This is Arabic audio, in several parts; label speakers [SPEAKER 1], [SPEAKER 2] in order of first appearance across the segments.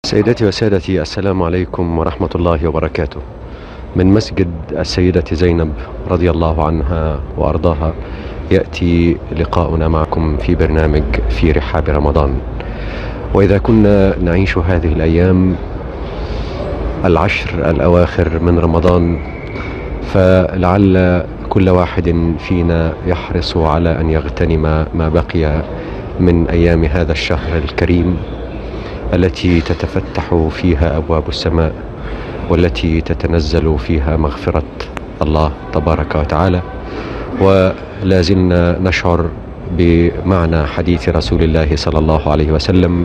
[SPEAKER 1] سيداتي وسادتي، السلام عليكم ورحمة الله وبركاته. من مسجد السيدة زينب رضي الله عنها وأرضاها يأتي لقاؤنا معكم في برنامج في رحاب رمضان. وإذا كنا نعيش هذه الأيام العشر الأواخر من رمضان، فلعل كل واحد فينا يحرص على أن يغتنم ما بقي من أيام هذا الشهر الكريم التي تتفتح فيها أبواب السماء، والتي تتنزل فيها مغفرة الله تبارك وتعالى. ولا زلنا نشعر بمعنى حديث رسول الله صلى الله عليه وسلم: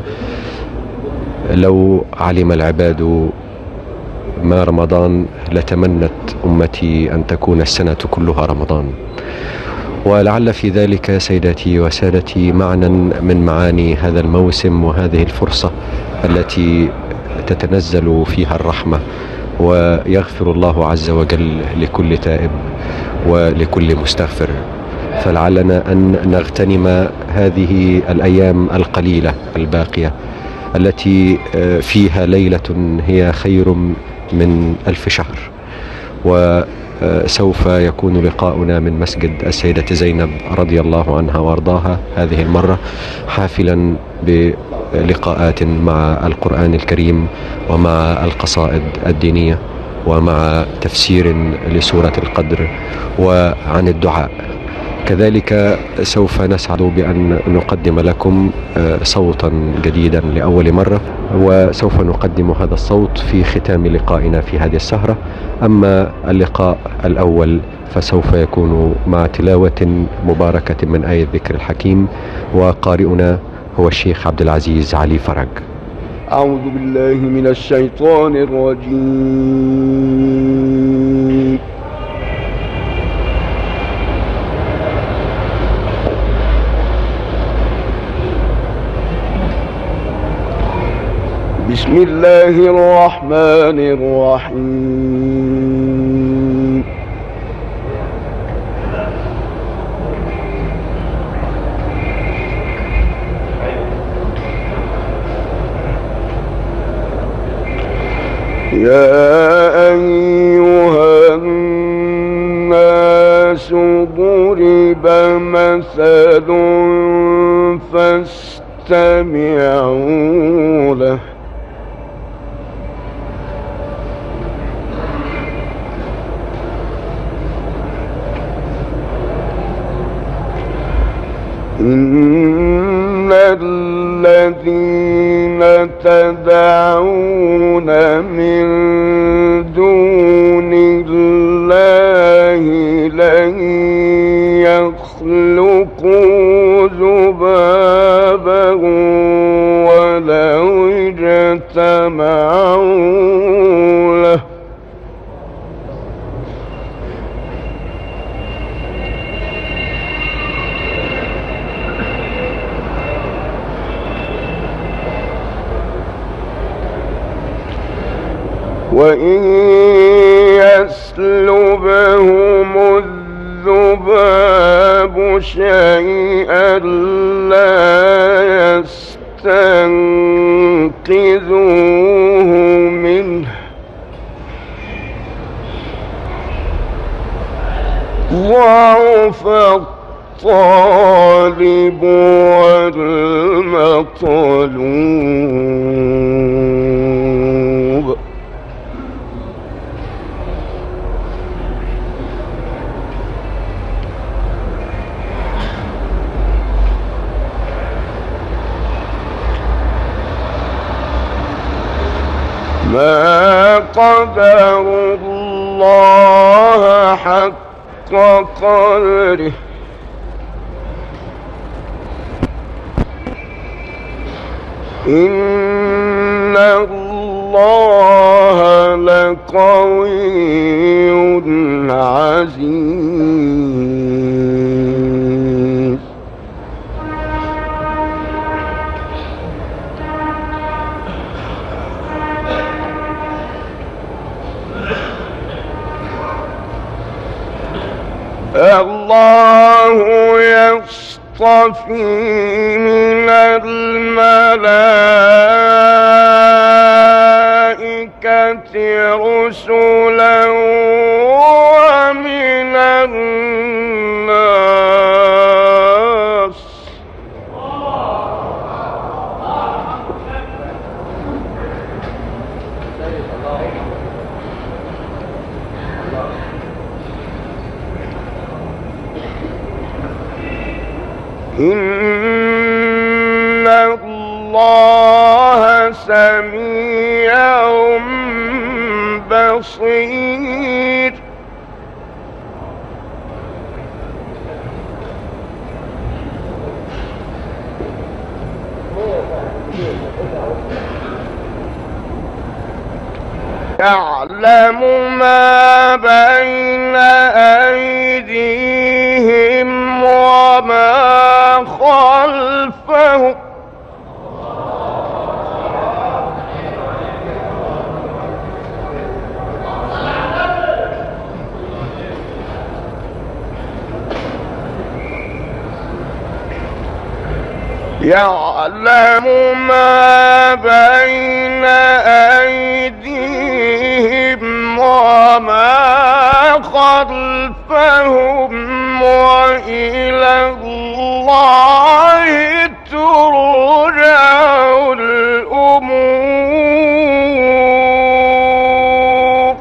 [SPEAKER 1] لو علم العباد ما رمضان لتمنت أمتي أن تكون السنة كلها رمضان. ولعل في ذلك سيداتي وسادتي معنى من معاني هذا الموسم وهذه الفرصة التي تتنزل فيها الرحمة ويغفر الله عز وجل لكل تائب ولكل مستغفر. فلعلنا أن نغتنم هذه الأيام القليلة الباقية التي فيها ليلة هي خير من 1000 شهر. وسوف يكون لقاؤنا من مسجد السيدة زينب رضي الله عنها وارضاها هذه المرة حافلا بلقاءات مع القرآن الكريم ومع القصائد الدينية ومع تفسير لسورة القدر وعن الدعاء. كذلك سوف نسعد بأن نقدم لكم صوتا جديدا لأول مرة، وسوف نقدم هذا الصوت في ختام لقائنا في هذه السهرة. أما اللقاء الأول فسوف يكون مع تلاوة مباركة من آية الذكر الحكيم، وقارئنا هو الشيخ عبد العزيز علي فرج.
[SPEAKER 2] أعوذ بالله من الشيطان الرجيم. بسم الله الرحمن الرحيم. يا أيها الناس ضرب مثل فاستمعوا له. إن الذين تدعون من دون الله لن يخلقوا ذبابا ولو اجتمعوا له. وإن يسلبهم الذباب شيئا لا يستنقذوه منه. ضعف الطالب والمطلوب. ما قدروا الله حق قدره. إن الله لقوي عزيز. الله يصطفي من الملائكة رسلا ومن الناس. إن الله سميع بصير. يعلم ما بين أيديهم وما خلفهم يعلم ما بين أيديهم وما خلفهم وإلى الله ترجع الأمور.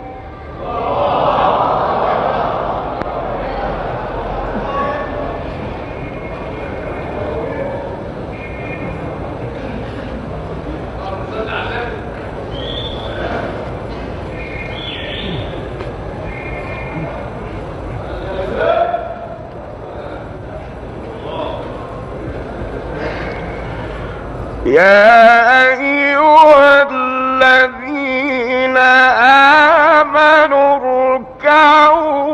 [SPEAKER 2] يا أيها الذين آمنوا اركعوا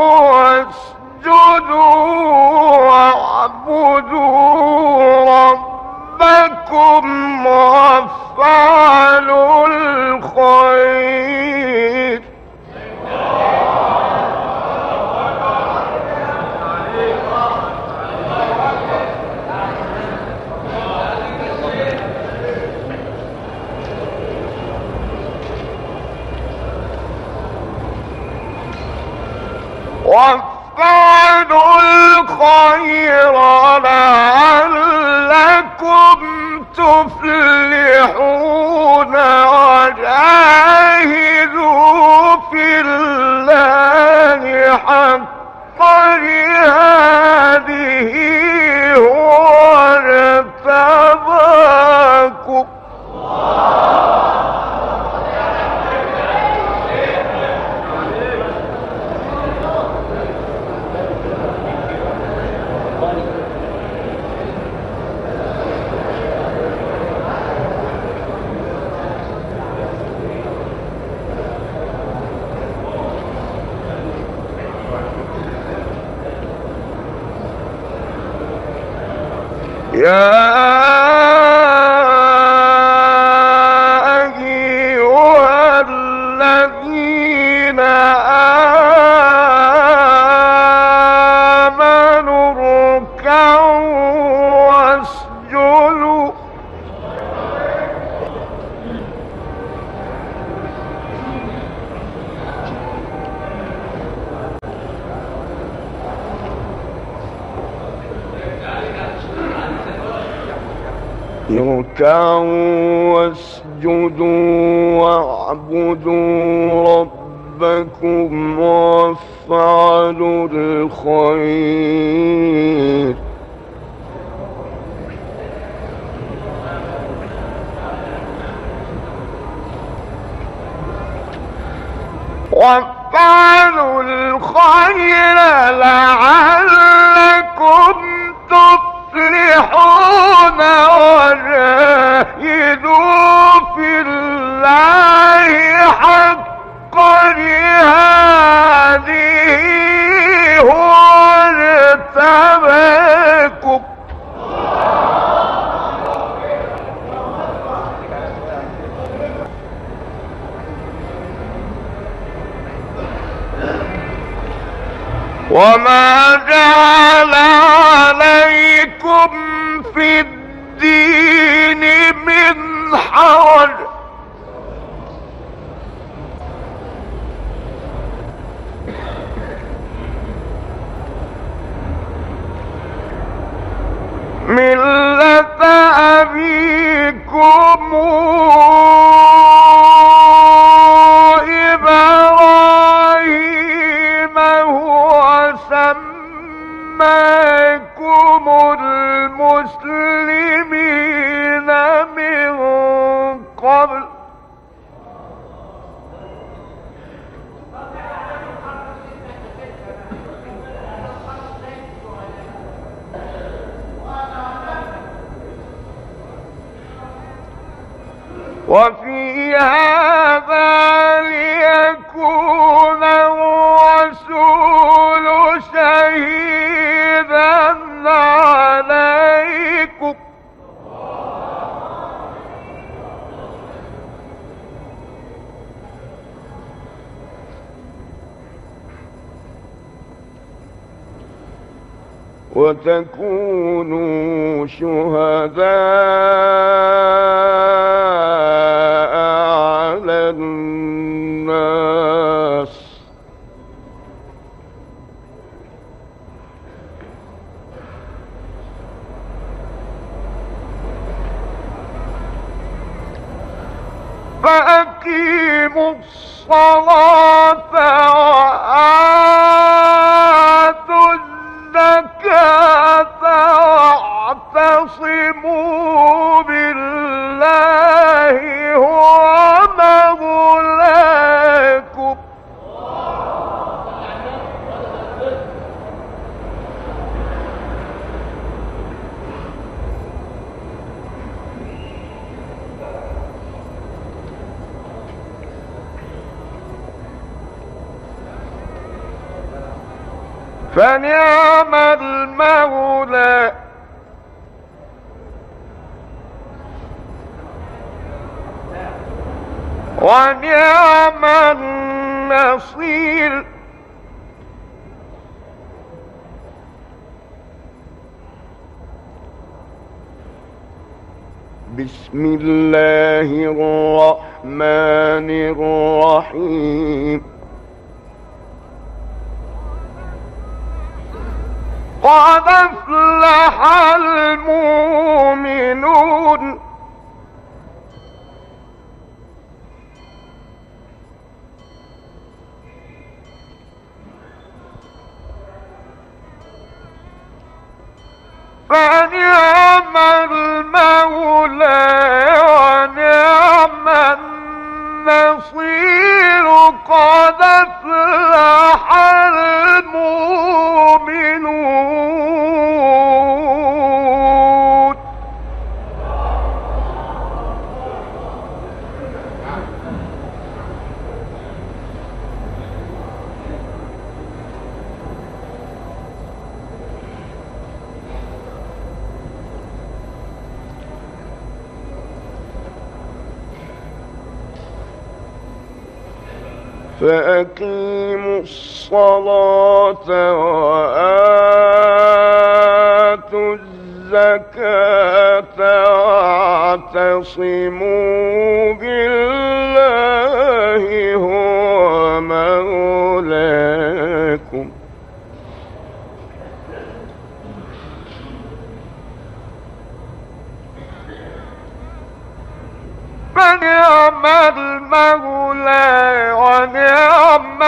[SPEAKER 2] واسجدوا واعبدوا ربكم وافعلوا الخير. وافعلوا الخير لعلكم تفلحون وجاهدوا في الله حق جهاده هو اجتباكم. يا أيها الذين آمنوا اركعوا واسجدوا اركعوا واسجدوا واعبدوا ربكم وافعلوا الخير. وافعلوا الخير لعلكم تفلحون وجاهدوا في الله حق جهاده هو اجتباكم. وما جعل عليكم في الدين من حرج وفي هذا ليكون الرسول شهيدا عليكم وتكونوا شهداء على الناس فأقيموا الصلاة وآتوا الزكاة واعتصموا بالله هو مولاكم فنعم المولى ونعم النصير بسم الله الرحمن الرحيم قد أفلح المؤمنون فنعم المولى ونعم النصير قد أفلح المؤمنون فأقيموا الصلاة وآتوا الزكاة واعتصموا بالله هو مولاكم فنعم المولى ونعم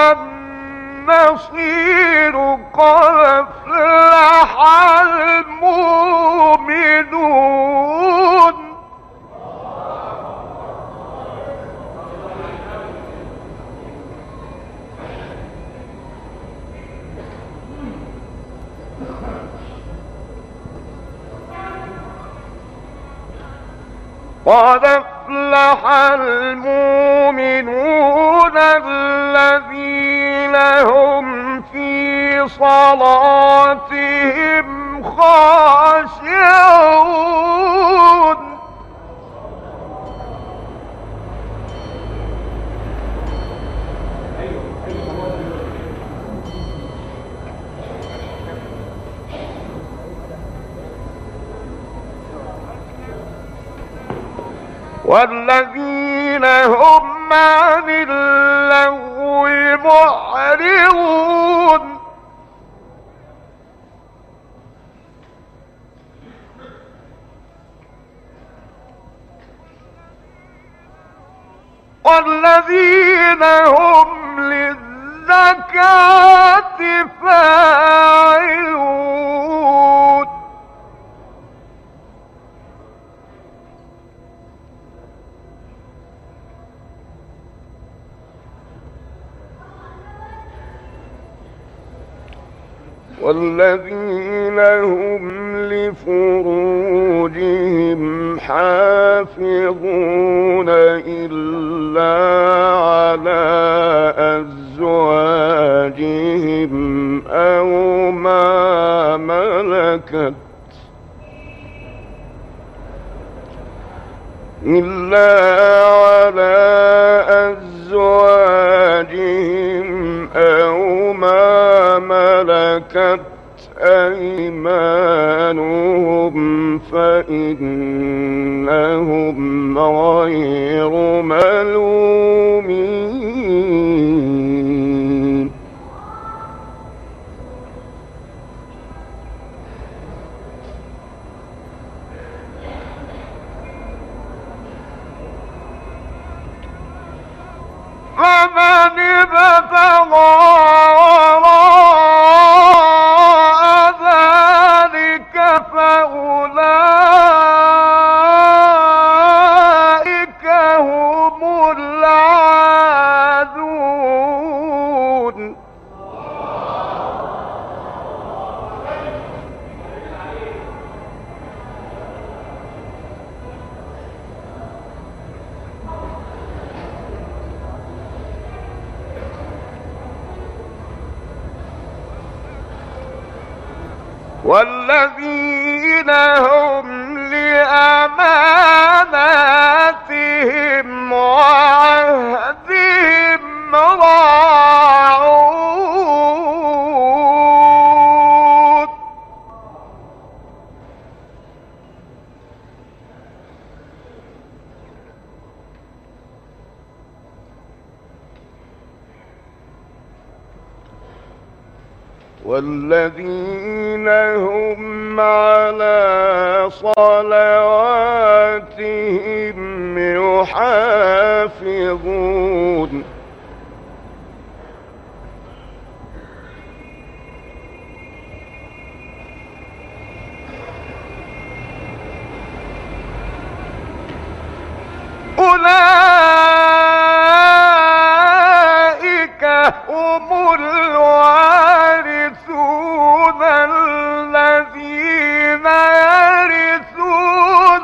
[SPEAKER 2] النصير قد أفلح المؤمنون قد أفلح المؤمنون الذين هم في صلاتهم خاشعون والذين هم عن اللغو معرضون والذين هم للزكاة فاعلون والذين هم لفروجهم حافظون إلا على أزواجهم أو ما ملكت أو ما ملكت أيمانهم فإنهم غير ملومين. فمن ابتغى وراء ذلك فأولئك هم العادون. والذين هم لأماناتهم وعهدهم راعون. والذين هم على صلواتهم يحافظون. أولئك هم الوارثون الذين يرثون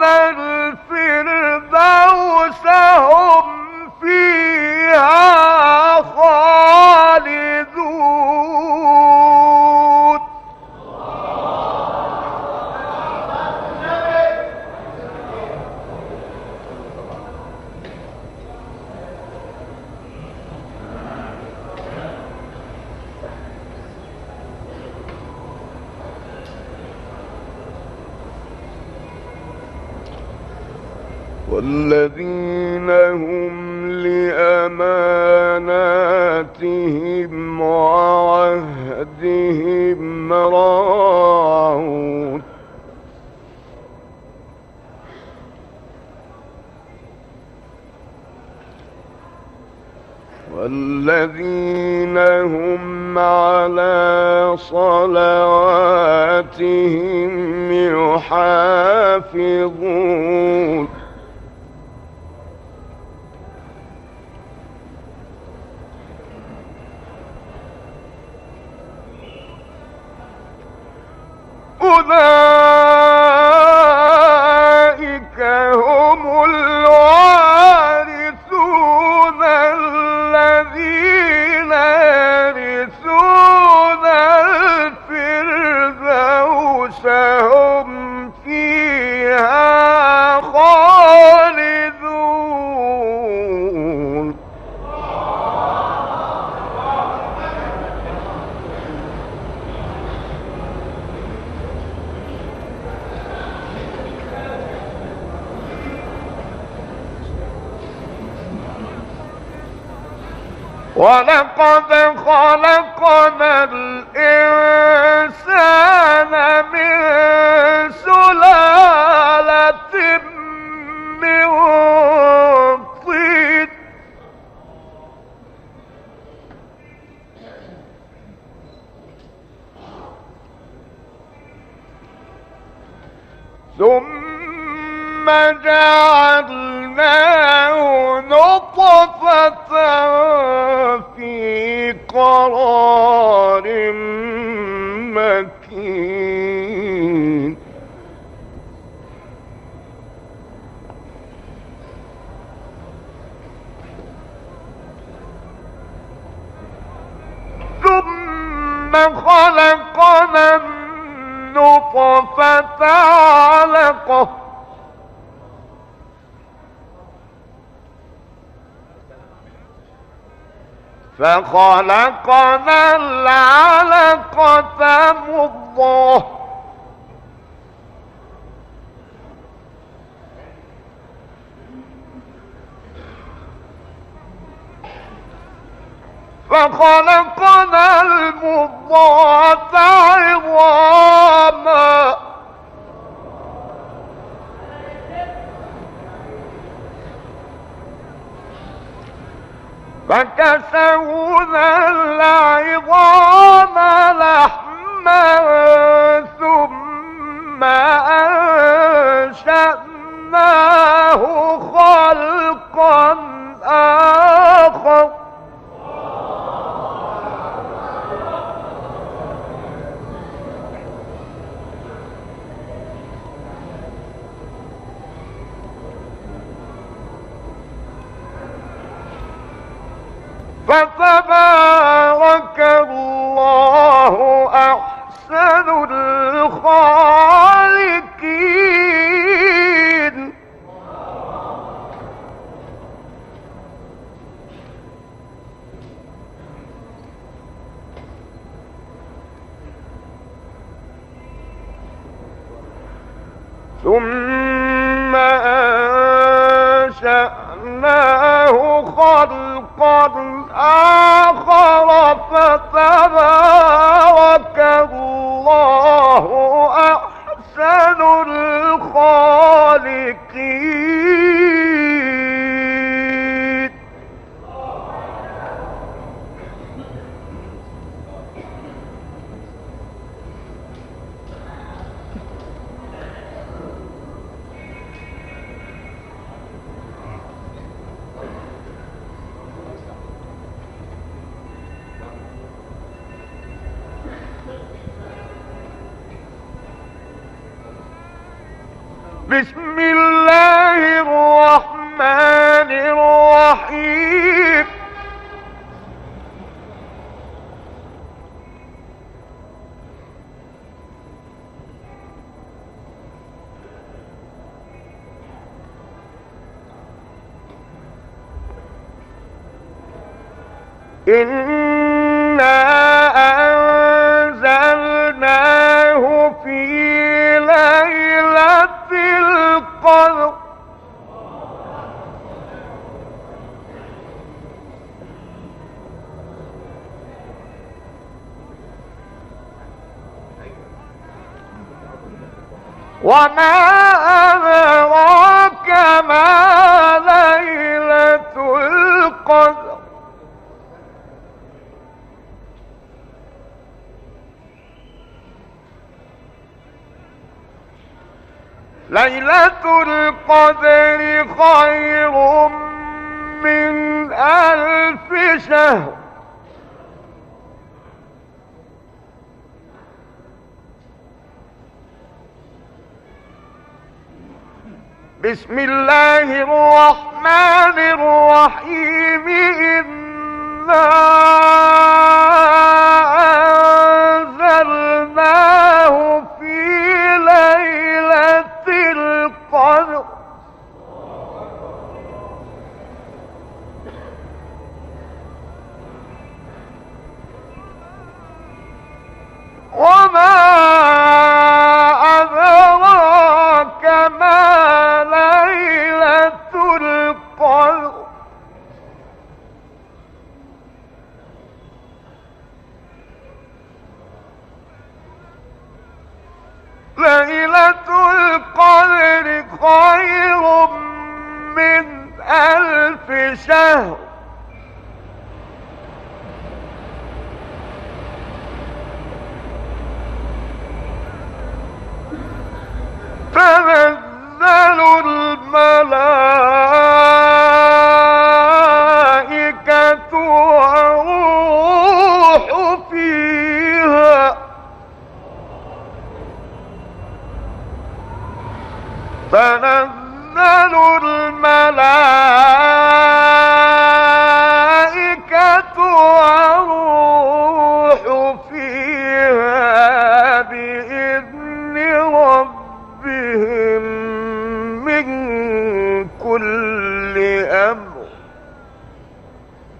[SPEAKER 2] الفردوس هم فيها خالدون. والذين هم لأماناتهم وعهدهم راعون. والذين هم على صلواتهم يحافظون. أولئك هم الوارثون الذين يرثون الفردوس هم فيها خالدون. ولقد خلقنا الإنسان من سلالة من طين ثم جعلناه نطفة في قرار مكين. خلقنا النطفة علقة فخلقنا العلقة مضغة فخلقنا المضغة عظاما فكسونا العظام لحما ثم أنشأناه خلقا آخر فتبارك الله أحسن الخالقين. ثم أنشأناه خلقا آخر فتبارك الله أحسن الخالقين. بسم الله الرحمن الرحيم. إنا أنزلناه في ليلة القدر وما أدراك ما ليلة القدر ليلة القدر خير من 1000 شهر. بسم الله الرحمن الرحيم. إنا أنزلناه في ليلة القدر وما أدراك ما ليلة القدر ليلة القدر خير من 1000 شهر. تنزل الملائكة والروح فيها تنزل الملائكة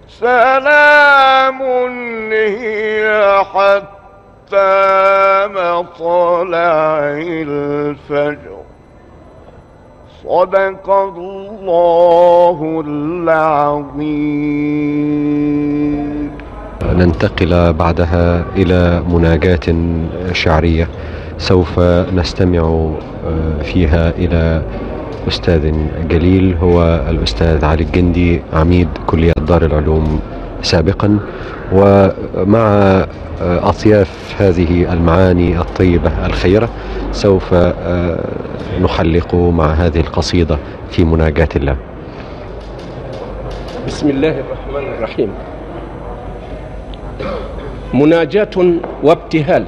[SPEAKER 2] سلام هي حتى مطلع الفجر. صدق الله العظيم.
[SPEAKER 1] ننتقل بعدها إلى مناجاة شعرية سوف نستمع فيها إلى أستاذ جليل، هو الأستاذ علي الجندي، عميد كلية دار العلوم سابقا، ومع أطياف هذه المعاني الطيبة الخيرة سوف نحلق مع هذه القصيدة في مناجاة الله.
[SPEAKER 3] بسم الله الرحمن الرحيم. مناجاة وابتهال.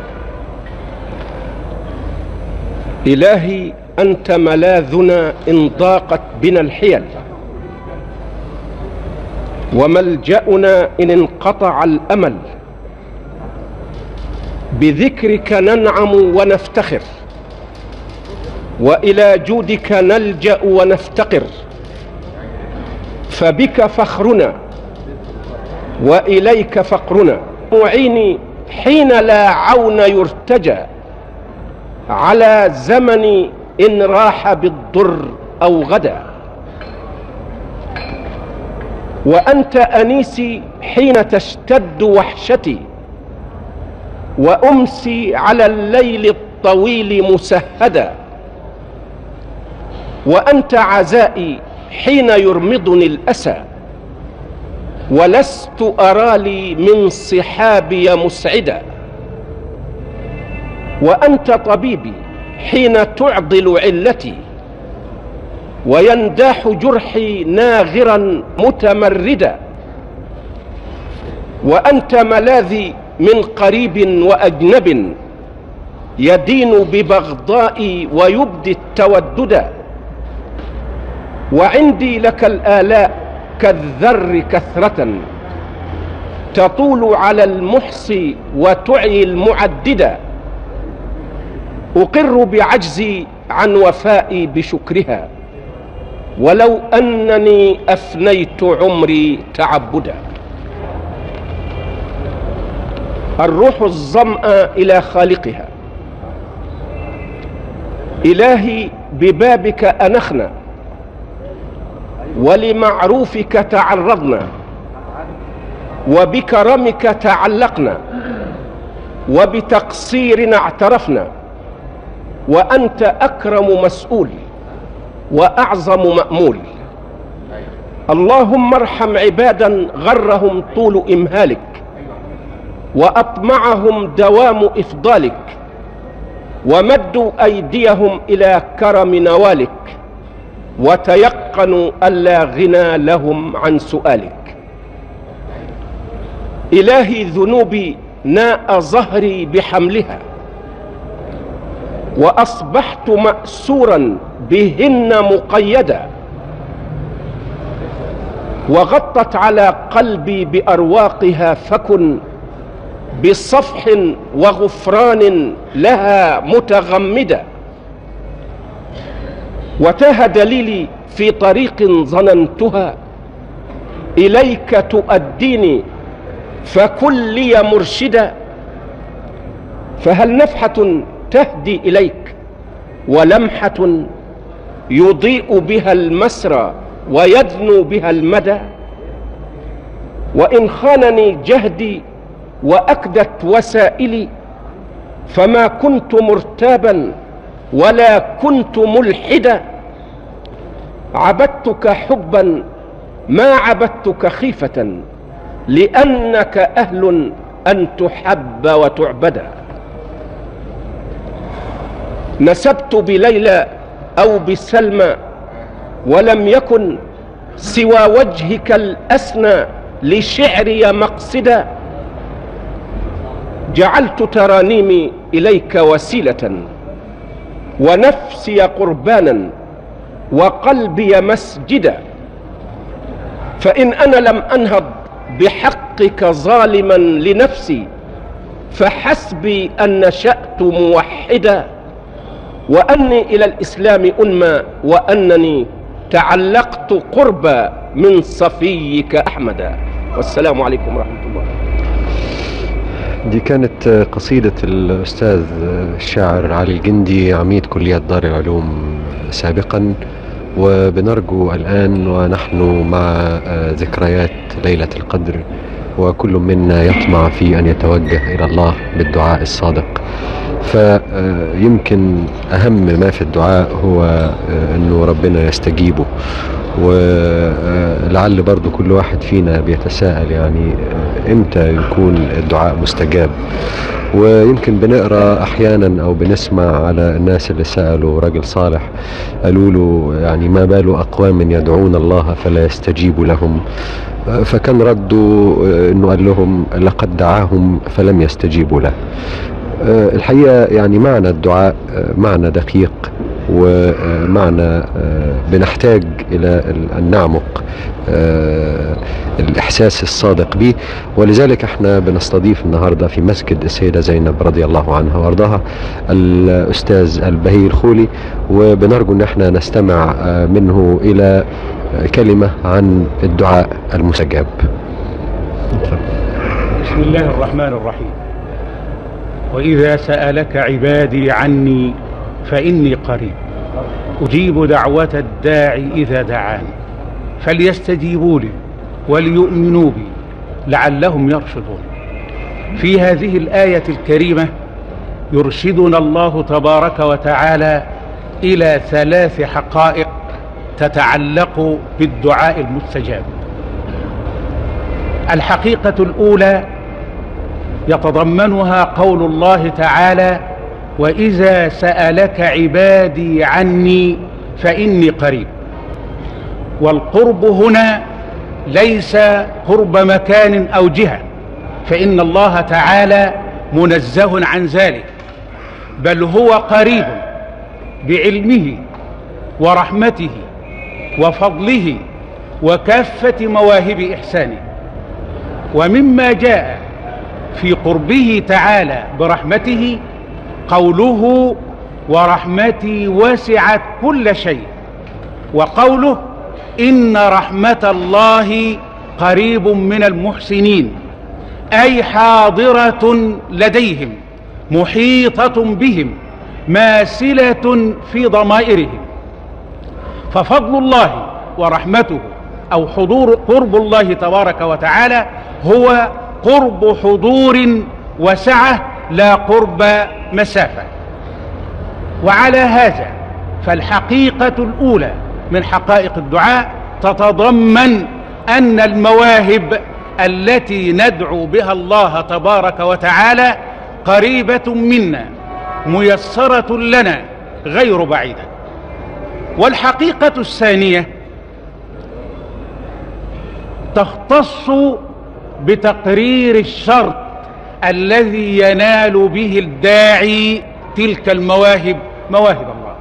[SPEAKER 3] إلهي أنت ملاذنا إن ضاقت بنا الحيل، وملجأنا إن انقطع الأمل. بذكرك ننعم ونفتخر، وإلى جودك نلجأ ونفتقر. فبك فخرنا وإليك فقرنا. معيني حين لا عون يرتجى، على زمن إن راح بالضر أو غدا. وأنت أنيسي حين تشتد وحشتي، وأمسي على الليل الطويل مسهدا. وأنت عزائي حين يرمضني الأسى، ولست أرى لي من صحابي مسعدا. وأنت طبيبي حين تعضل علتي، وينداح جرحي ناغرا متمردا. وأنت ملاذي من قريب وأجنب، يدين ببغضائي ويبدي التوددا. وعندي لك الآلاء كالذر كثرة، تطول على المحصي وتعي المعددا. أقر بعجزي عن وفائي بشكرها، ولو أنني أفنيت عمري تعبدا. الروح الظمأ إلى خالقها. إلهي ببابك أنخنا، ولمعروفك تعرضنا، وبكرمك تعلقنا، وبتقصيرنا اعترفنا. وأنت أكرم مسؤول وأعظم مأمول. اللهم ارحم عبادا غرهم طول إمهالك، وأطمعهم دوام إفضالك، ومدوا أيديهم إلى كرم نوالك، وتيقنوا ألا غنى لهم عن سؤالك. إلهي ذنوبي ناء ظهري بحملها، وأصبحت مأسورا بهن مقيدا. وغطت على قلبي بأرواقها، فكن بصفح وغفران لها متغمدا. وتاه دليلي في طريق ظننتها، إليك تؤديني فكن لي مرشدا. فهل نفحة تهدي إليك، ولمحة يضيء بها المسرى ويدنو بها المدى؟ وإن خانني جهدي وأكدت وسائلي، فما كنت مرتابا ولا كنت ملحدا. عبدتك حبا ما عبدتك خيفة، لأنك أهل أن تحب وتعبدا. نسبت بليلى أو بسلمى، ولم يكن سوى وجهك الأسنى لشعري مقصدا. جعلت ترانيمي إليك وسيلة، ونفسي قربانا، وقلبي مسجدا. فإن أنا لم أنهض بحقك ظالما لنفسي، فحسبي أن نشأت موحدا، وأني إلى الإسلام أنمى، وأنني تعلقت قربا من صفيك أحمدا. والسلام عليكم ورحمة الله.
[SPEAKER 1] دي كانت قصيدة الأستاذ الشاعر علي الجندي عميد كلية دار العلوم سابقا، وبنرجو الآن ونحن مع ذكريات ليلة القدر وكل منا يطمع في أن يتوجه إلى الله بالدعاء الصادق، فيمكن أهم ما في الدعاء هو أنه ربنا يستجيبه. ولعل برضو كل واحد فينا بيتساءل يعني امتى يكون الدعاء مستجاب، ويمكن بنقرأ أحيانا أو بنسمع على الناس اللي سألوا رجل صالح قالوا له يعني ما بال أقوام يدعون الله فلا يستجيب لهم، فكان رده أنه قال لهم لقد دعاهم فلم يستجيبوا له. الحقيقة يعني معنى الدعاء معنى دقيق، ومعنى بنحتاج إلى أن نعمق الإحساس الصادق به، ولذلك احنا بنستضيف النهاردة في مسجد السيدة زينب رضي الله عنها وارضاها الأستاذ البهي الخولي، وبنرجو أن احنا نستمع منه إلى كلمة عن الدعاء المستجاب.
[SPEAKER 4] بسم الله الرحمن الرحيم. وإذا سألك عبادي عني فإني قريب أجيب دعوة الداعي إذا دعاني فليستجيبوا لي وليؤمنوا بي لعلهم يرشدون. في هذه الآية الكريمة يرشدنا الله تبارك وتعالى إلى 3 حقائق تتعلق بالدعاء المستجاب. الحقيقة الأولى يتضمنها قول الله تعالى: وإذا سألك عبادي عني فإني قريب. والقرب هنا ليس قرب مكان أو جهة، فإن الله تعالى منزه عن ذلك، بل هو قريب بعلمه ورحمته وفضله وكافة مواهب إحسانه. ومما جاء في قربه تعالى برحمته قوله: ورحمتي وسعت كل شيء، وقوله: إن رحمة الله قريب من المحسنين، أي حاضرة لديهم محيطة بهم ماثلة في ضمائرهم. ففضل الله ورحمته أو حضور قرب الله تبارك وتعالى هو قرب حضور وسعة لا قرب مسافة. وعلى هذا فالحقيقة الأولى من حقائق الدعاء تتضمن أن المواهب التي ندعو بها الله تبارك وتعالى قريبة منا ميسرة لنا غير بعيدة. والحقيقة الثانية تختص بتقرير الشرط الذي ينال به الداعي تلك المواهب، مواهب الله.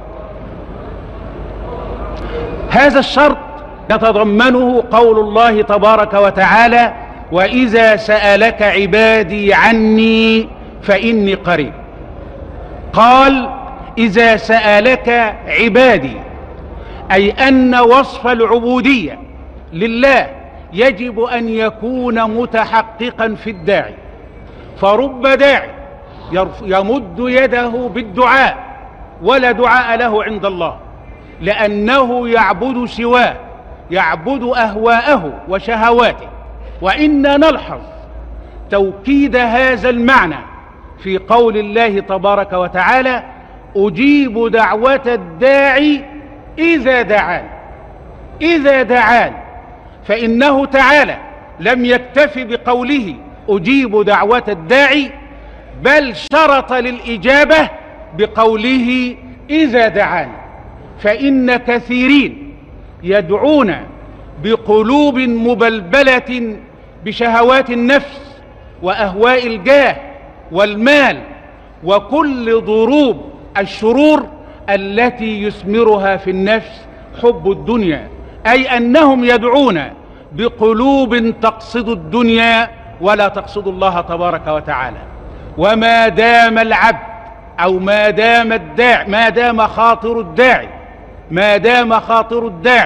[SPEAKER 4] هذا الشرط يتضمنه قول الله تبارك وتعالى: وإذا سألك عبادي عني فإني قريب. قال: إذا سألك عبادي، أي أن وصف العبودية لله يجب أن يكون متحققا في الداعي. فرب داعي يمد يده بالدعاء ولا دعاء له عند الله، لأنه يعبد سواه، يعبد أهواءه وشهواته. وإنا نلحظ توكيد هذا المعنى في قول الله تبارك وتعالى: أجيب دعوة الداعي إذا دعان. إذا دعان، فإنه تعالى لم يكتف بقوله أجيب دعوة الداعي، بل شرط للإجابة بقوله إذا دعان. فإن كثيرين يدعون بقلوب مبلبلة بشهوات النفس وأهواء الجاه والمال وكل ضروب الشرور التي يثمرها في النفس حب الدنيا، أي أنهم يدعون بقلوب تقصد الدنيا ولا تقصد الله تبارك وتعالى. وما دام العبد أو ما دام خاطر الداعي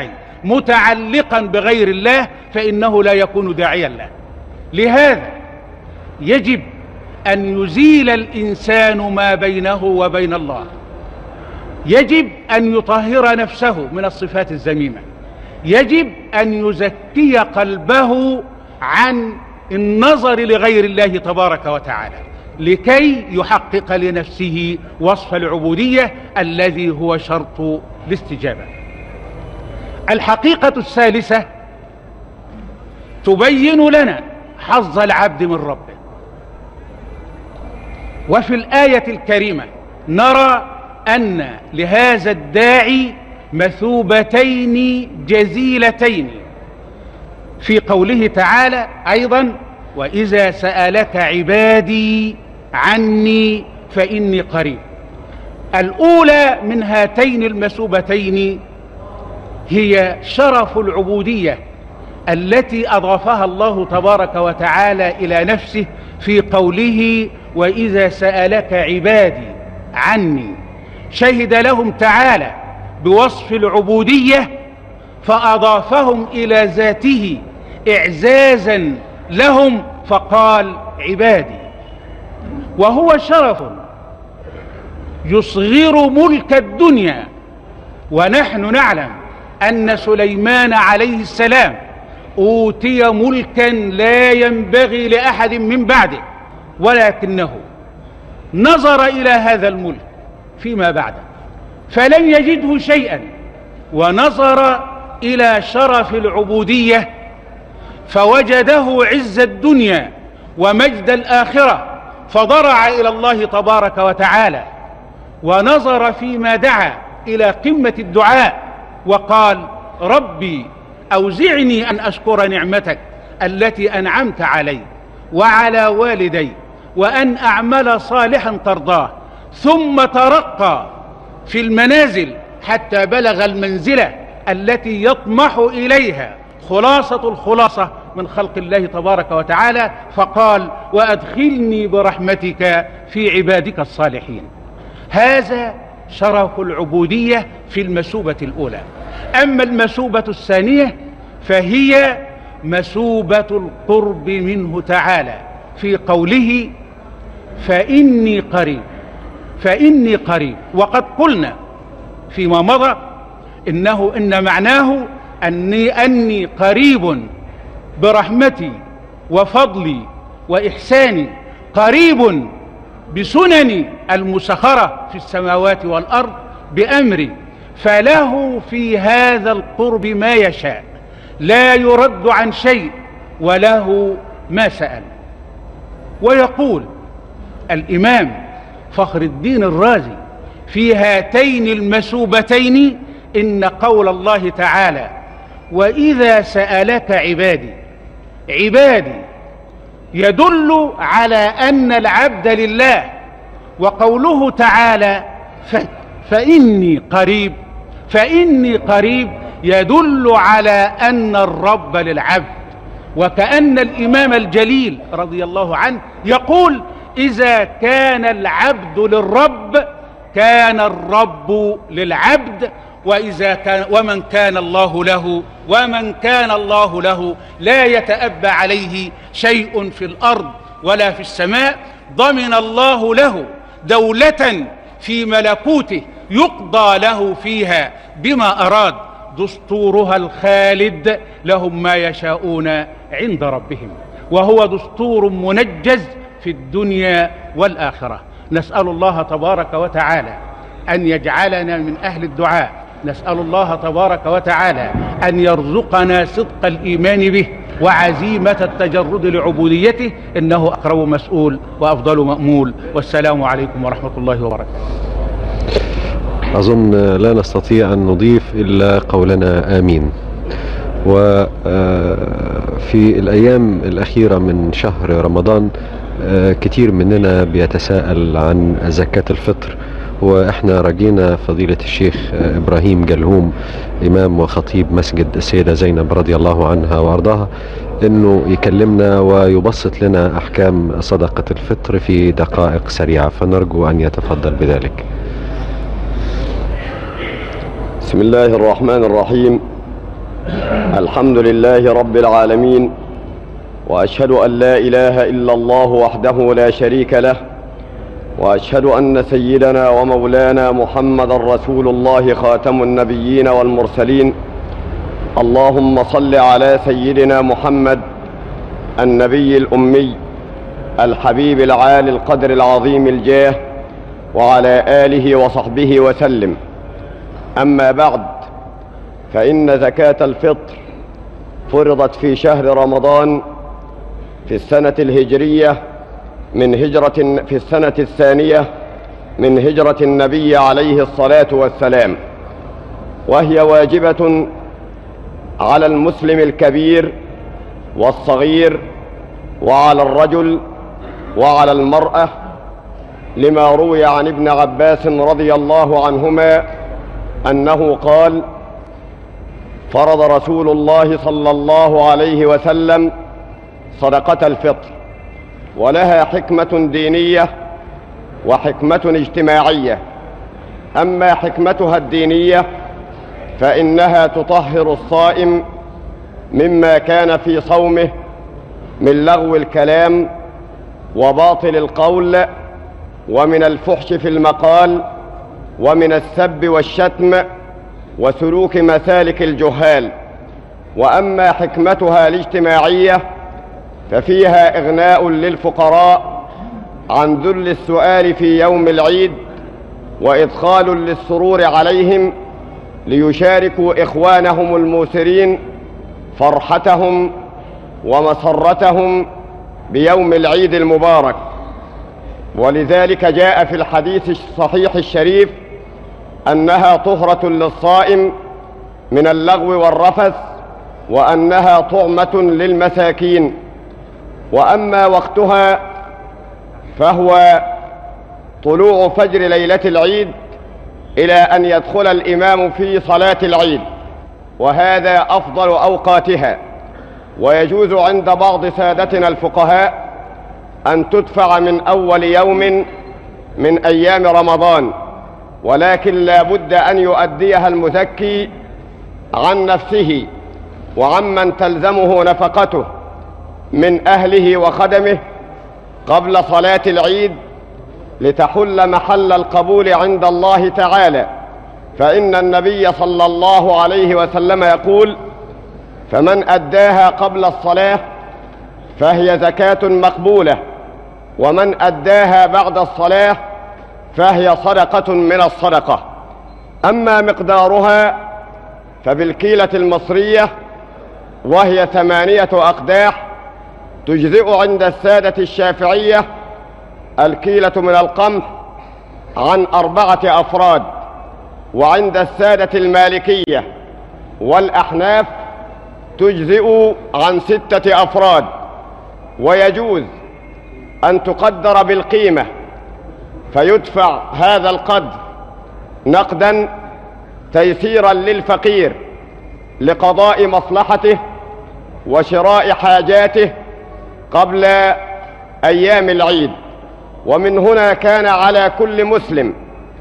[SPEAKER 4] متعلقا بغير الله فإنه لا يكون داعيا له. لهذا يجب أن يزيل الإنسان ما بينه وبين الله، يجب أن يطهر نفسه من الصفات الذميمة، يجب أن يزكي قلبه عن النظر لغير الله تبارك وتعالى لكي يحقق لنفسه وصف العبودية الذي هو شرط الاستجابة. الحقيقة الثالثة تبين لنا حظ العبد من ربه. وفي الآية الكريمة نرى أن لهذا الداعي مثوبتين جزيلتين في قوله تعالى أيضا: وإذا سألك عبادي عني فإني قريب. الأولى من هاتين المثوبتين هي شرف العبودية التي أضافها الله تبارك وتعالى إلى نفسه في قوله: وإذا سألك عبادي عني. شهد لهم تعالى بوصف العبودية فأضافهم إلى ذاته إعزازا لهم فقال: عبادي. وهو شرف يصغر ملك الدنيا، ونحن نعلم أن سليمان عليه السلام أوتي ملكا لا ينبغي لأحد من بعده، ولكنه نظر إلى هذا الملك فيما بعده فلم يجده شيئا، ونظر إلى شرف العبودية فوجده عز الدنيا ومجد الآخرة، فضرع إلى الله تبارك وتعالى ونظر فيما دعا إلى قمة الدعاء وقال: ربي أوزعني أن أشكر نعمتك التي أنعمت علي وعلى والدي وأن أعمل صالحا ترضاه. ثم ترقى في المنازل حتى بلغ المنزلة التي يطمح إليها خلاصة الخلاصة من خلق الله تبارك وتعالى، فقال: وأدخلني برحمتك في عبادك الصالحين. هذا شرف العبودية في المثوبة الأولى. أما المثوبة الثانية فهي مثوبة القرب منه تعالى في قوله: فإني قريب. فإني قريب. وقد قلنا فيما مضى إن معناه أني قريب برحمتي وفضلي وإحساني، قريب بسنني المسخرة في السماوات والأرض بأمري، فله في هذا القرب ما يشاء، لا يرد عن شيء وله ما سأل. ويقول الإمام فخر الدين الرازي في هاتين المثوبتين إن قول الله تعالى: وإذا سألك عبادي، عبادي يدل على أن العبد لله، وقوله تعالى فإني قريب، فإني قريب يدل على أن الرب للعبد. وكأن الإمام الجليل رضي الله عنه يقول: إذا كان العبد للرب كان الرب للعبد، ومن كان الله له لا يتأبى عليه شيء في الأرض ولا في السماء، ضمن الله له دولة في ملكوته يقضى له فيها بما أراد، دستورها الخالد لهم ما يشاءون عند ربهم، وهو دستور منجز في الدنيا والآخرة. نسأل الله تبارك وتعالى أن يجعلنا من أهل الدعاء، نسأل الله تبارك وتعالى أن يرزقنا صدق الإيمان به وعزيمة التجرد لعبوديته، إنه أقرب مسؤول وأفضل مأمول. والسلام عليكم ورحمة الله وبركاته.
[SPEAKER 1] أظن لا نستطيع أن نضيف إلا قولنا آمين. وفي الأيام الأخيرة من شهر رمضان كتير مننا بيتساءل عن زكاة الفطر، وإحنا رجينا فضيلة الشيخ إبراهيم جلهوم إمام وخطيب مسجد السيدة زينب رضي الله عنها وأرضاها إنه يكلمنا ويبسط لنا أحكام صدقة الفطر في دقائق سريعة، فنرجو أن يتفضل بذلك.
[SPEAKER 5] بسم الله الرحمن الرحيم. الحمد لله رب العالمين، وأشهد أن لا إله إلا الله وحده لا شريك له، وأشهد أن سيدنا ومولانا محمد رسول الله خاتم النبيين والمرسلين. اللهم صل على سيدنا محمد النبي الأمي الحبيب العالي القدر العظيم الجاه، وعلى آله وصحبه وسلم. أما بعد، فإن زكاة الفطر فرضت في شهر رمضان في السنة الهجرية في السنة الثانية من هجرة النبي عليه الصلاة والسلام، وهي واجبة على المسلم الكبير والصغير، وعلى الرجل وعلى المرأة، لما روي عن ابن عباس رضي الله عنهما أنه قال: فرض رسول الله صلى الله عليه وسلم صدقة الفطر، ولها حكمة دينية وحكمة اجتماعية. أما حكمتها الدينية فإنها تطهر الصائم مما كان في صومه من لغو الكلام وباطل القول ومن الفحش في المقال ومن السب والشتم وسلوك مسالك الجهال. وأما حكمتها الاجتماعية ففيها إغناء للفقراء عن ذل السؤال في يوم العيد، وإدخال للسرور عليهم ليشاركوا إخوانهم الموسرين فرحتهم ومسرتهم بيوم العيد المبارك. ولذلك جاء في الحديث الصحيح الشريف أنها طهرة للصائم من اللغو والرفث، وأنها طعمة للمساكين. وأما وقتها فهو طلوع فجر ليلة العيد إلى أن يدخل الإمام في صلاة العيد، وهذا أفضل أوقاتها. ويجوز عند بعض سادتنا الفقهاء أن تدفع من أول يوم من أيام رمضان، ولكن لا بد أن يؤديها المزكي عن نفسه وعمن تلزمه نفقته من أهله وخدمه قبل صلاة العيد، لتحل محل القبول عند الله تعالى. فإن النبي صلى الله عليه وسلم يقول: فمن أداها قبل الصلاة فهي زكاة مقبولة، ومن أداها بعد الصلاة فهي صدقة من الصدقة. أما مقدارها فبالكيلة المصرية، وهي 8 أقداح، تجزئ عند السادة الشافعية الكيلة من القمح عن 4 أفراد، وعند السادة المالكية والأحناف تجزئ عن 6 أفراد. ويجوز أن تقدر بالقيمة، فيدفع هذا القدر نقدا تيسيرا للفقير لقضاء مصلحته وشراء حاجاته قبل أيام العيد. ومن هنا كان على كل مسلم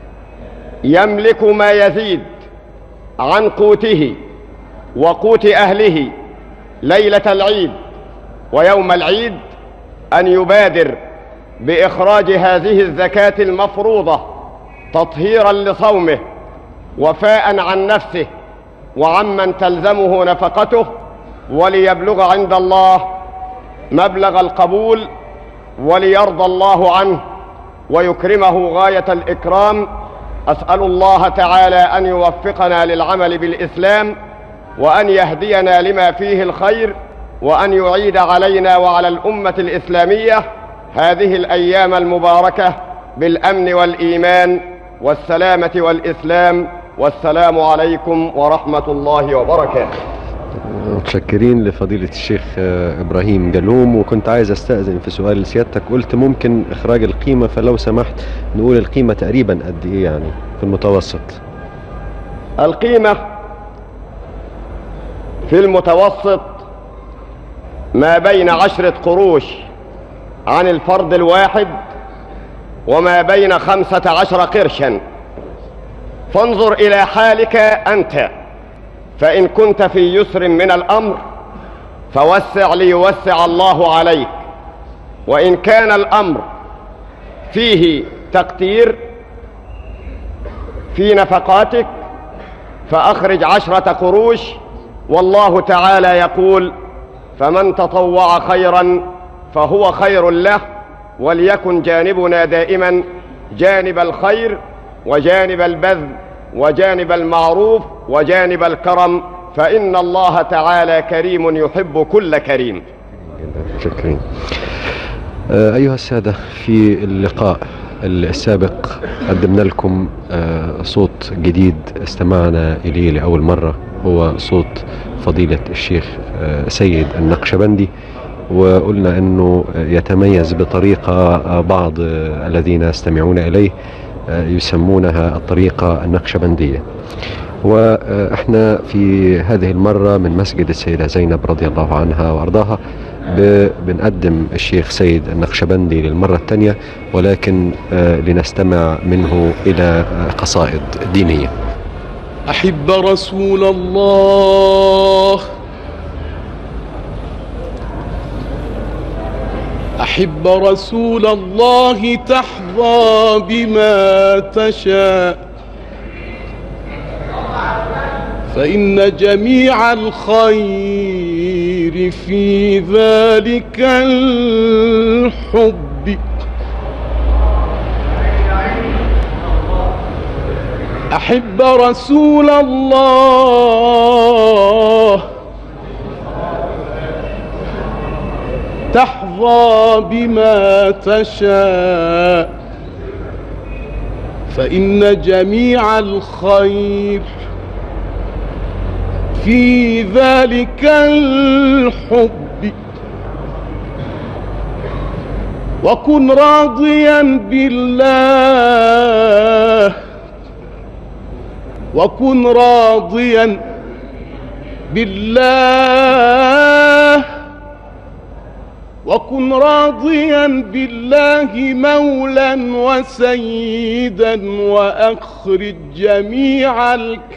[SPEAKER 5] يملك ما يزيد عن قوته وقوت أهله ليلة العيد ويوم العيد أن يبادر بإخراج هذه الزكاة المفروضة تطهيرا لصومه، وفاء عن نفسه وعمن تلزمه نفقته، وليبلغ عند الله مبلغ القبول، وليرضى الله عنه ويكرمه غاية الإكرام. أسأل الله تعالى أن يوفقنا للعمل بالإسلام، وأن يهدينا لما فيه الخير، وأن يعيد علينا وعلى الأمة الإسلامية هذه الأيام المباركة بالأمن والإيمان والسلامة والإسلام. والسلام عليكم ورحمة الله وبركاته.
[SPEAKER 1] متشكرين لفضيلة الشيخ إبراهيم جلوم. وكنت عايز أستأذن في سؤال لسيادتك، قلت ممكن إخراج القيمة، فلو سمحت نقول القيمة تقريبا قد إيه يعني في المتوسط؟
[SPEAKER 5] القيمة في المتوسط ما بين 10 قروش عن الفرد الواحد، وما بين 15 قرشا. فانظر إلى حالك أنت، فإن كنت في يسر من الأمر فوسع ليوسع الله عليك، وإن كان الأمر فيه تقتير في نفقاتك فأخرج 10 قروش، والله تعالى يقول: فمن تطوع خيرا فهو خير له، وليكن جانبنا دائما جانب الخير وجانب البذل وجانب المعروف وجانب الكرم، فإن الله تعالى كريم يحب كل كريم.
[SPEAKER 1] شكرا. أيها السادة، في اللقاء السابق قدمنا لكم صوت جديد استمعنا إليه لأول مرة، هو صوت فضيلة الشيخ سيد النقشبندي، وقلنا أنه يتميز بطريقة بعض الذين يستمعون إليه يسمونها الطريقة النقشبندية. وإحنا في هذه المرة من مسجد السيدة زينب رضي الله عنها وأرضاها بنقدم الشيخ سيد النقشبندي للمرة الثانية، ولكن لنستمع منه إلى قصائد دينية.
[SPEAKER 6] أحب رسول الله، أحب رسول الله تحظى بما تشاء، فإن جميع الخير في ذلك الحب. أحب رسول الله تحظى بما تشاء، فإن جميع الخير في ذلك الحب. وكن راضيا بالله، وكن راضيا بالله، وكن راضيا بالله مولا وسيدا، وأخرج جميع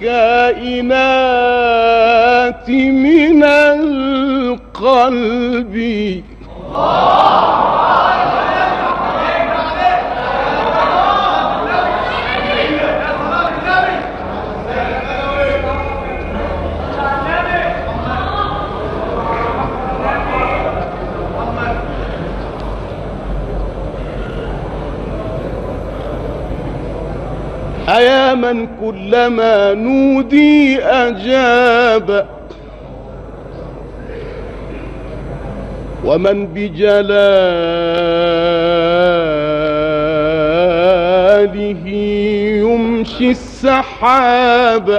[SPEAKER 6] الكائنات من القلب. أيا من كلما نودي أجاب، ومن بجلاله يمشي السحاب،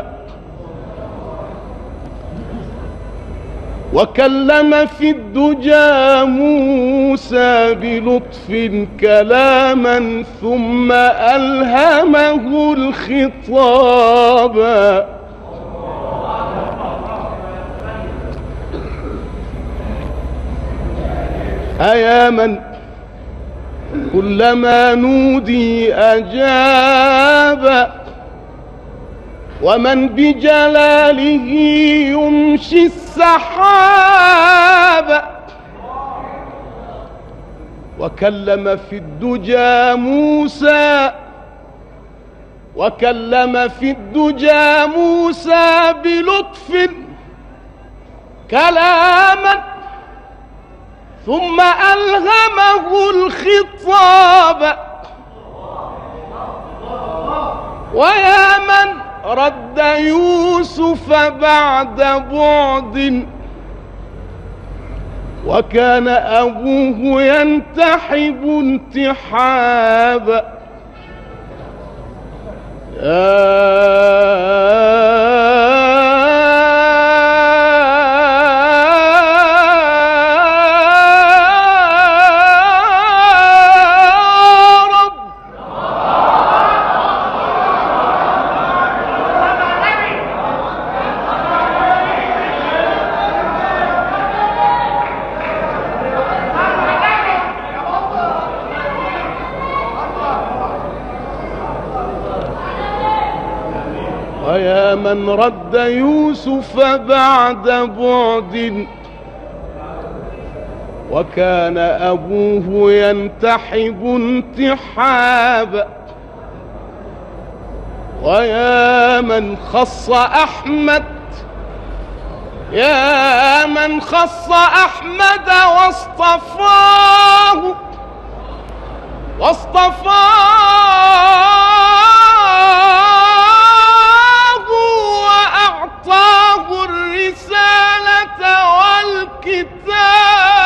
[SPEAKER 6] وكلم في الدجى موسى بلطف كلاما ثم ألهمه الخطاب. أيا من كلما نودي أجاب، ومن بجلاله يمشي السحاب، وكلم في الدجى موسى، وكلم في الدجى موسى بلطف كلاما ثم ألهمه الخطاب. ويا من رد يوسف بعد بعد، وكان أبوه ينتحب انتحابا. من رد يوسف بعد بعد وكان أبوه ينتحب انتحابا. ويا من خص أحمد، يا من خص أحمد واصطفاه وأعطاه الرسالة والكتاب.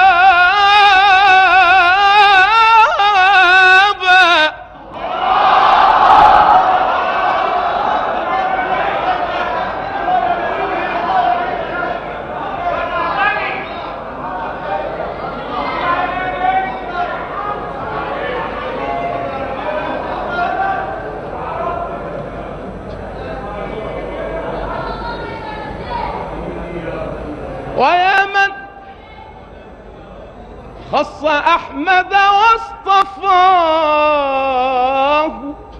[SPEAKER 6] ويا من خص أحمد واصطفاه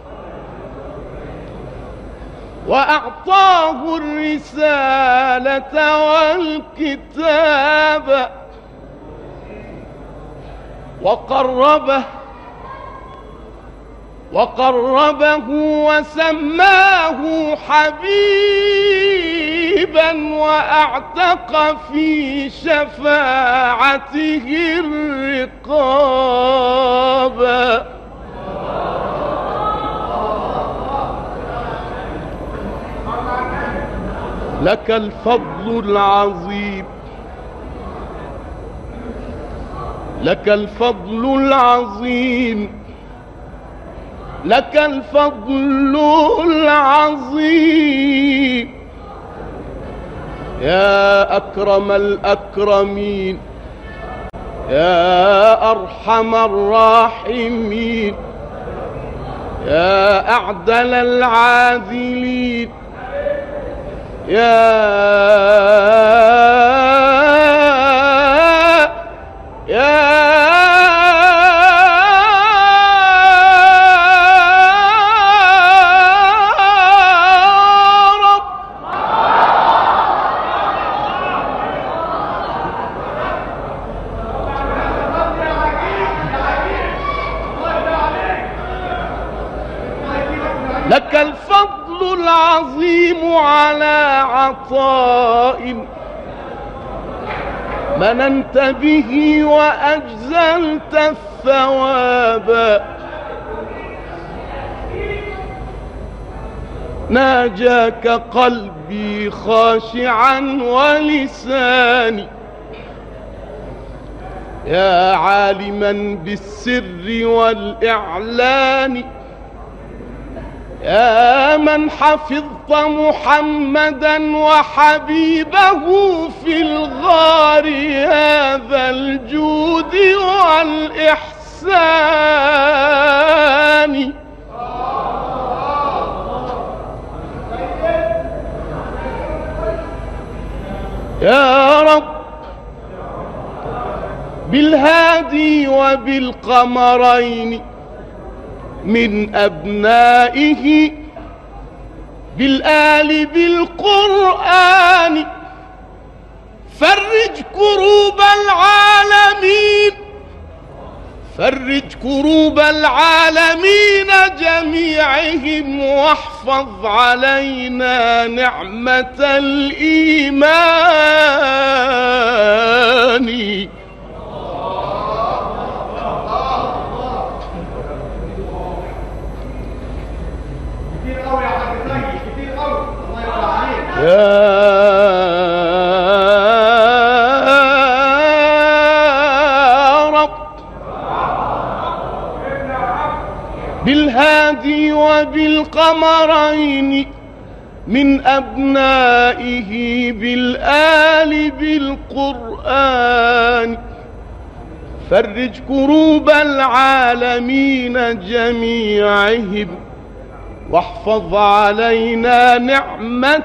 [SPEAKER 6] وأعطاه الرسالة والكتاب وقربه وسماه حبيبا وأعتق في شفاعته الرقاب. لك الفضل العظيم، لك الفضل العظيم، لك الفضل العظيم يا أكرم الأكرمين، يا أرحم الراحمين، يا أعدل العادلين، يا لك الفضل العظيم على عطاء مننت به وأجزلت الثواب. ناجاك قلبي خاشعا ولساني يا عالما بالسر والإعلان، يا من حفظت محمدا وحبيبه في الغار يا ذا الجود والإحسان. يا رب بالهادي وبالقمرين من أبنائه بالآل بالقرآن فرج كروب العالمين، فرج كروب العالمين جميعهم واحفظ علينا نعمة الإيمان. يا رب بالهادي وبالقمرين من أبنائه بالآل بالقرآن فرج كروب العالمين جميعهم واحفظ علينا نعمة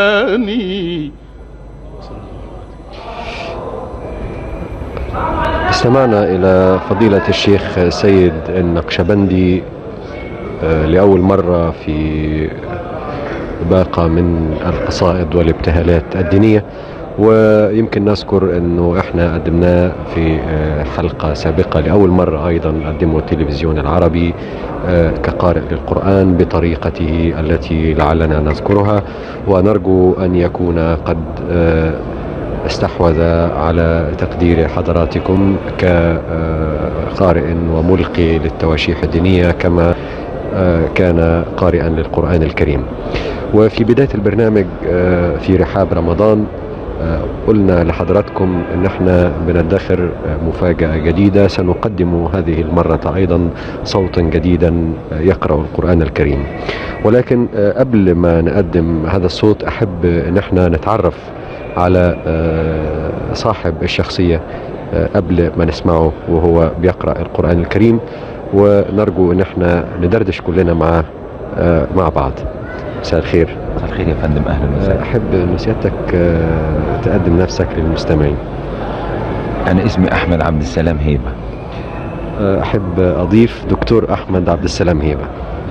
[SPEAKER 6] الإيمان.
[SPEAKER 1] استمعنا إلى فضيلة الشيخ سيد النقشبندي لأول مرة في باقة من القصائد والابتهالات الدينية، ويمكن نذكر أنه إحنا قدمناه في حلقة سابقة لأول مرة أيضا قدمه التلفزيون العربي كقارئ للقرآن بطريقته التي لعلنا نذكرها، ونرجو أن يكون قد استحوذ على تقدير حضراتكم كقارئ وملقي للتواشيح الدينية كما كان قارئا للقرآن الكريم. وفي بداية البرنامج في رحاب رمضان قلنا لحضراتكم ان احنا بندخر مفاجأة جديدة، سنقدم هذه المرة ايضا صوتا جديدا يقرأ القرآن الكريم. ولكن قبل ما نقدم هذا الصوت احب ان احنا نتعرف على صاحب الشخصية قبل ما نسمعه وهو بيقرأ القرآن الكريم، ونرجو ان احنا ندردش كلنا مع بعض. مساء الخير.
[SPEAKER 7] مساء الخير يا فندم، اهلا وسهلا.
[SPEAKER 1] احب ان سيادتك تقدم نفسك للمستمعين.
[SPEAKER 7] انا اسمي احمد عبد السلام هيبة.
[SPEAKER 1] احب اضيف دكتور احمد عبد السلام هيبة.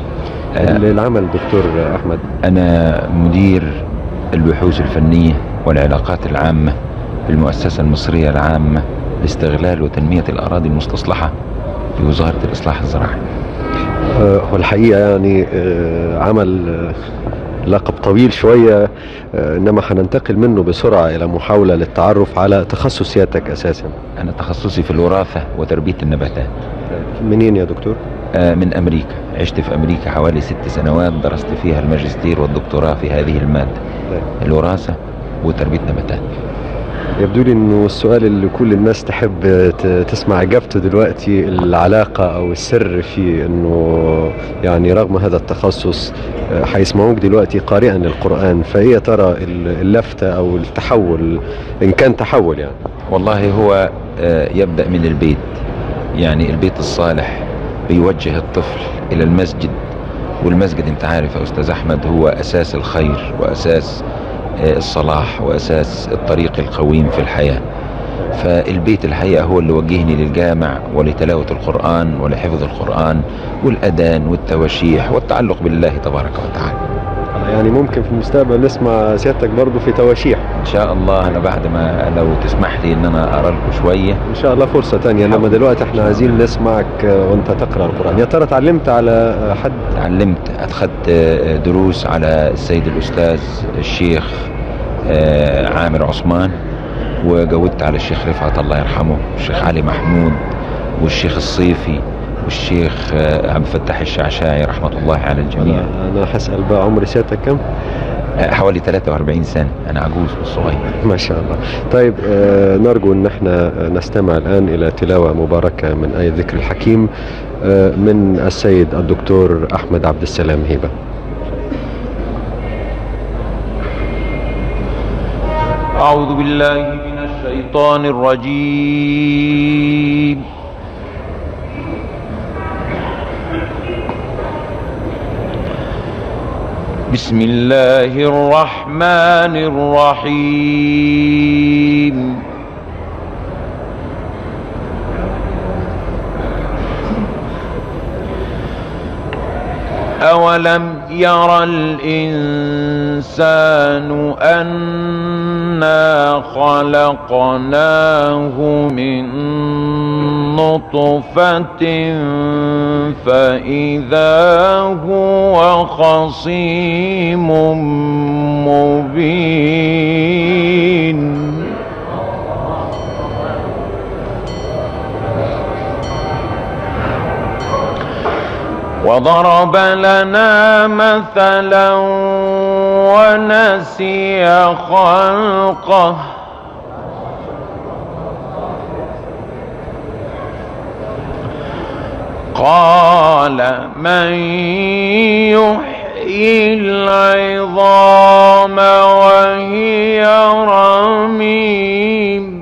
[SPEAKER 1] العمل دكتور احمد.
[SPEAKER 7] انا مدير البحوث الفنية والعلاقات العامة في المؤسسة المصرية العامة لاستغلال وتنمية الأراضي المستصلحة في وزارة الإصلاح الزراعي.
[SPEAKER 1] والحقيقة يعني عمل لقب طويل شوية، إنما هننتقل منه بسرعة إلى محاولة للتعرف على تخصص سيادتك أساسا.
[SPEAKER 7] أنا تخصصي في الوراثة وتربية النباتات.
[SPEAKER 1] منين يا دكتور؟
[SPEAKER 7] من أمريكا. عشت في أمريكا حوالي 6 سنوات، درست فيها الماجستير والدكتوراه في هذه المادة، الوراثة وتربية نباتات.
[SPEAKER 1] يبدو لي انه السؤال اللي كل الناس تحب تسمع اجابته دلوقتي، العلاقة او السر في انه يعني رغم هذا التخصص هيسمعوك دلوقتي قارئا للقرآن، فايه يا ترى اللفتة او التحول ان كان تحول؟ يعني
[SPEAKER 7] والله هو يبدأ من البيت، يعني البيت الصالح بيوجه الطفل الى المسجد، والمسجد انت عارف يا استاذ احمد هو اساس الخير واساس الصلاح وأساس الطريق القويم في الحياة. فالبيت الحقيقة هو اللي وجهني للجامع ولتلاوة القرآن ولحفظ القرآن والأذان والتواشيح والتعلق بالله تبارك وتعالى.
[SPEAKER 1] يعني ممكن في المستقبل نسمع سيادتك برضو في تواشيح
[SPEAKER 7] إن شاء الله. أنا بعد ما لو تسمح لي إن أنا أرى لكم شوية
[SPEAKER 1] إن شاء الله فرصة تانية، إنما دلوقتي إحنا عايزين نسمعك وأنت تقرأ القرآن. يا ترى تعلمت على حد؟
[SPEAKER 7] تعلمت، أخذت دروس على السيد الأستاذ الشيخ عامر عثمان، وجودت على الشيخ رفعت الله يرحمه، والشيخ علي محمود، والشيخ الصيفي، والشيخ عبد الفتاح الشعشاعي رحمة الله على الجميع.
[SPEAKER 1] أنا هسأل بقى عمر سيادتك كم؟
[SPEAKER 7] حوالي 43 سنة، أنا عجوز صغير.
[SPEAKER 1] ما شاء الله. طيب نرجو أن احنا نستمع الآن إلى تلاوة مباركة من آية ذكر الحكيم من السيد الدكتور أحمد عبد السلام هيبة.
[SPEAKER 8] أعوذ بالله من الشيطان الرجيم. بسم الله الرحمن الرحيم. أولم يرى الإنسان أنا خلقناه من نطفة فإذا هو خصيم مبين. وضرب لنا مثلا ونسي خلقه قال من يحيي العظام وهي رميم.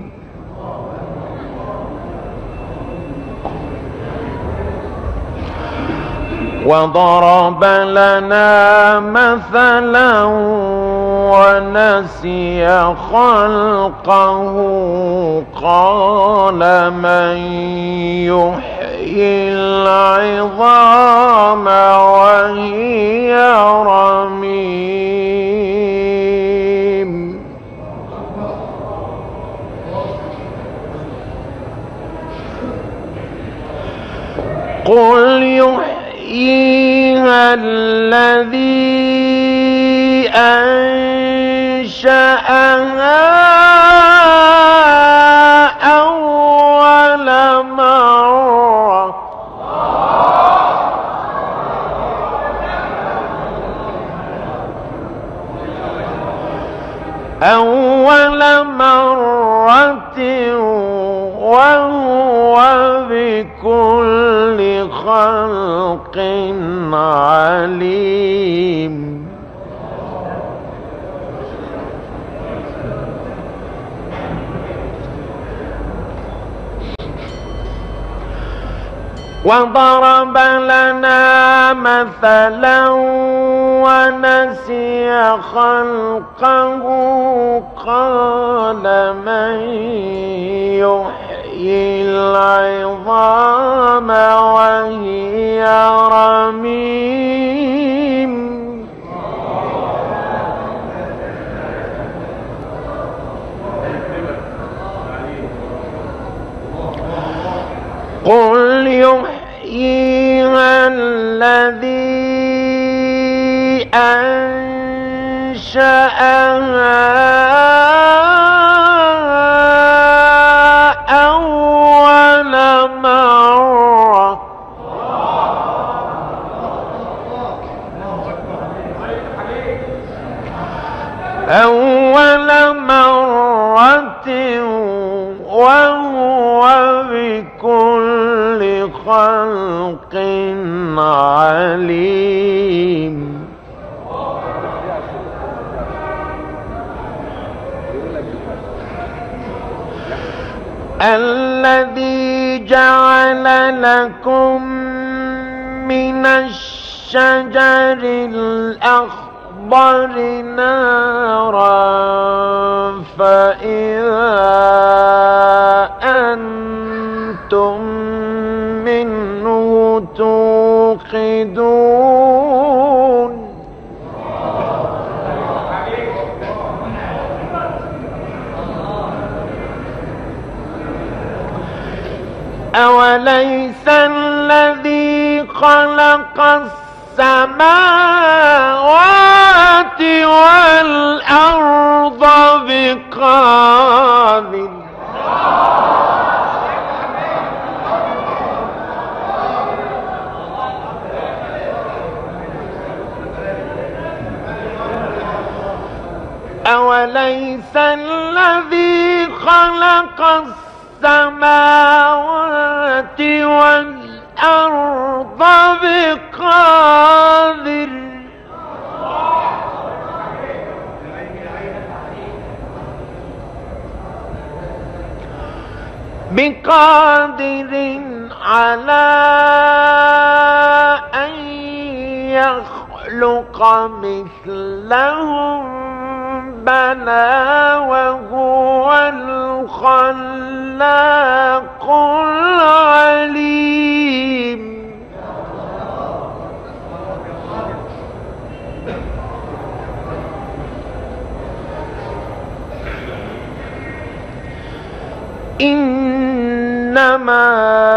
[SPEAKER 8] وضرب لنا مثلا ونسي ونسي خلقه قال من يحيي العظام وهي رميم قل يحييها الذي أنشأها أول مرة وهو بكل خلق عليم وضرب لنا مثلا ونسي خلقه قال من يحيي العظام وهي رميم قل يحييها الذي أنشأها أول مرة وهو بكل خلق عليم الذي جعل لكم من الشجر الأخضر نارا فإذا أنتم منه توقدون أوليس الذي خلق السماوات والأرض بقادر أوليس الذي خلق السماوات والأرض بقادر على أن يخلق مثلهم بلى وهو الخلاق العليم إنما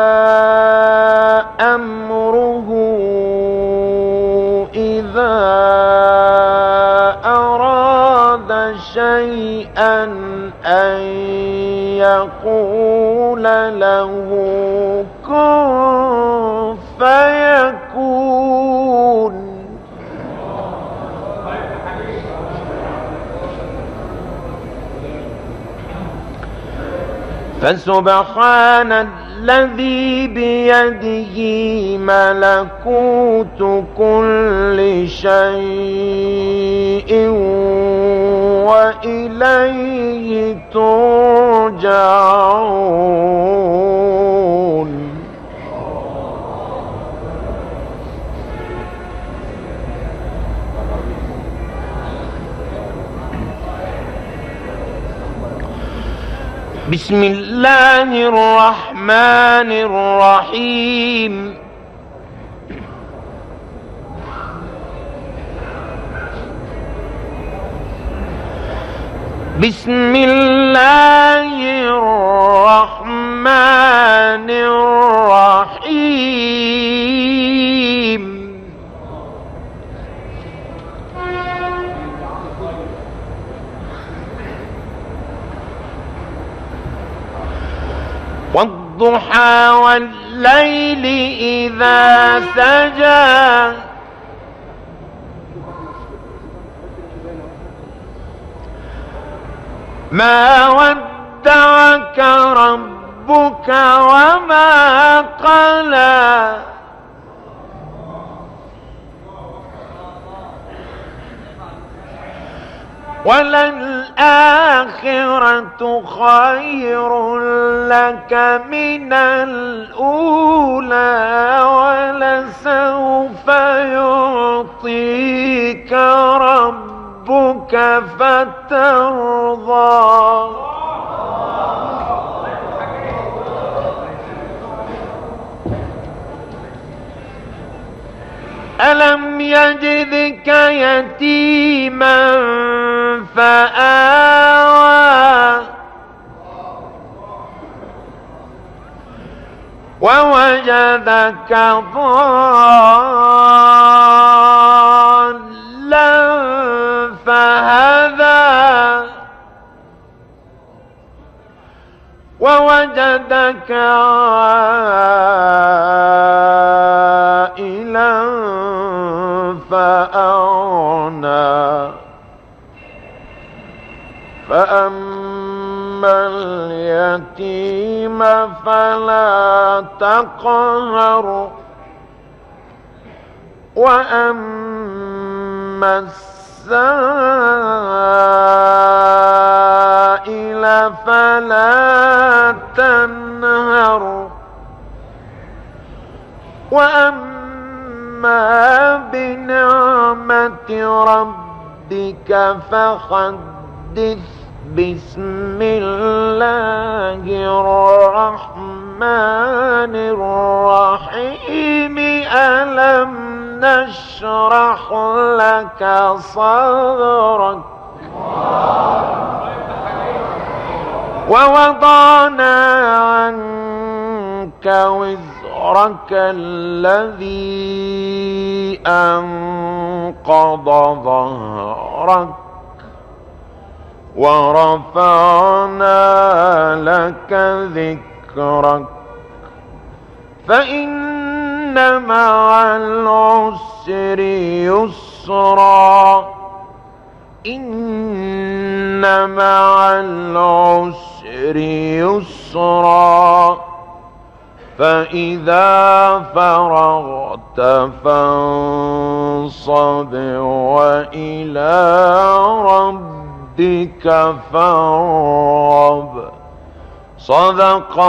[SPEAKER 8] أمره إذا أراد شيئا أن يقول له كن فيكون فسبحان الذي بيده ملكوت كل شيء وإليه ترجعون بسم الله الرحمن الرحيم بسم الله الرحمن الرحيم والضحى والليل إذا سجى ما ودعك ربك وما قلى وللآخرة خير لك من الأولى ولسوف يعطيك ربك فترضى ألم يجدك يتيما فآوى ووجدك ضالا فهدى ووجدك عائلا فأغنى فأما اليتيم فلا تقهر وأما السائل فلا تنهر وأما بنعمة ربك فحدث بسم الله الرحمن الرحيم ألم نشرح لك صدرك ووضعنا عنك وزرك الذي أنقض ظهرك ورفعنا لك ذكرك فإن مع العسر يسرا إن مع العسر يسرا فإذا فرغت فانصب وإلى ربك فارغب صدق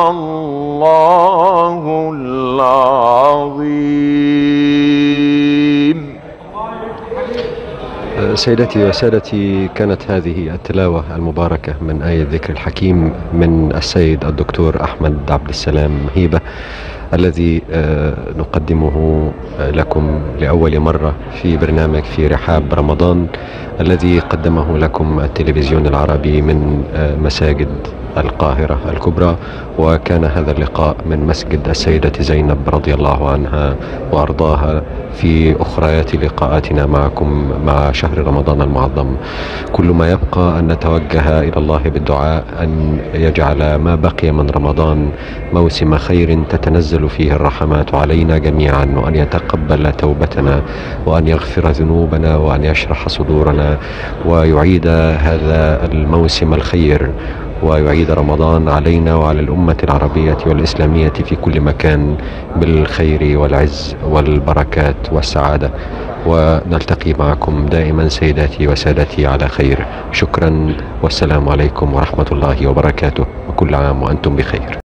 [SPEAKER 8] الله العظيم.
[SPEAKER 1] سيدتي وسادتي، كانت هذه التلاوة المباركة من آية ذكر الحكيم من السيد الدكتور أحمد عبد السلام هيبة، الذي نقدمه لكم لأول مرة في برنامج في رحاب رمضان، الذي قدمه لكم التلفزيون العربي من مساجد القاهرة الكبرى. وكان هذا اللقاء من مسجد السيدة زينب رضي الله عنها وأرضاها في أخريات لقاءاتنا معكم مع شهر رمضان المعظم. كل ما يبقى أن نتوجه إلى الله بالدعاء أن يجعل ما بقي من رمضان موسم خير تتنزل فيه الرحمات علينا جميعا، وأن يتقبل توبتنا، وأن يغفر ذنوبنا، وأن يشرح صدورنا، ويعيد هذا الموسم الخير، ويعيد رمضان علينا وعلى الأمة العربية والإسلامية في كل مكان بالخير والعز والبركات والسعادة. ونلتقي معكم دائما سيداتي وسادتي على خير. شكرا والسلام عليكم ورحمة الله وبركاته، وكل عام وأنتم بخير.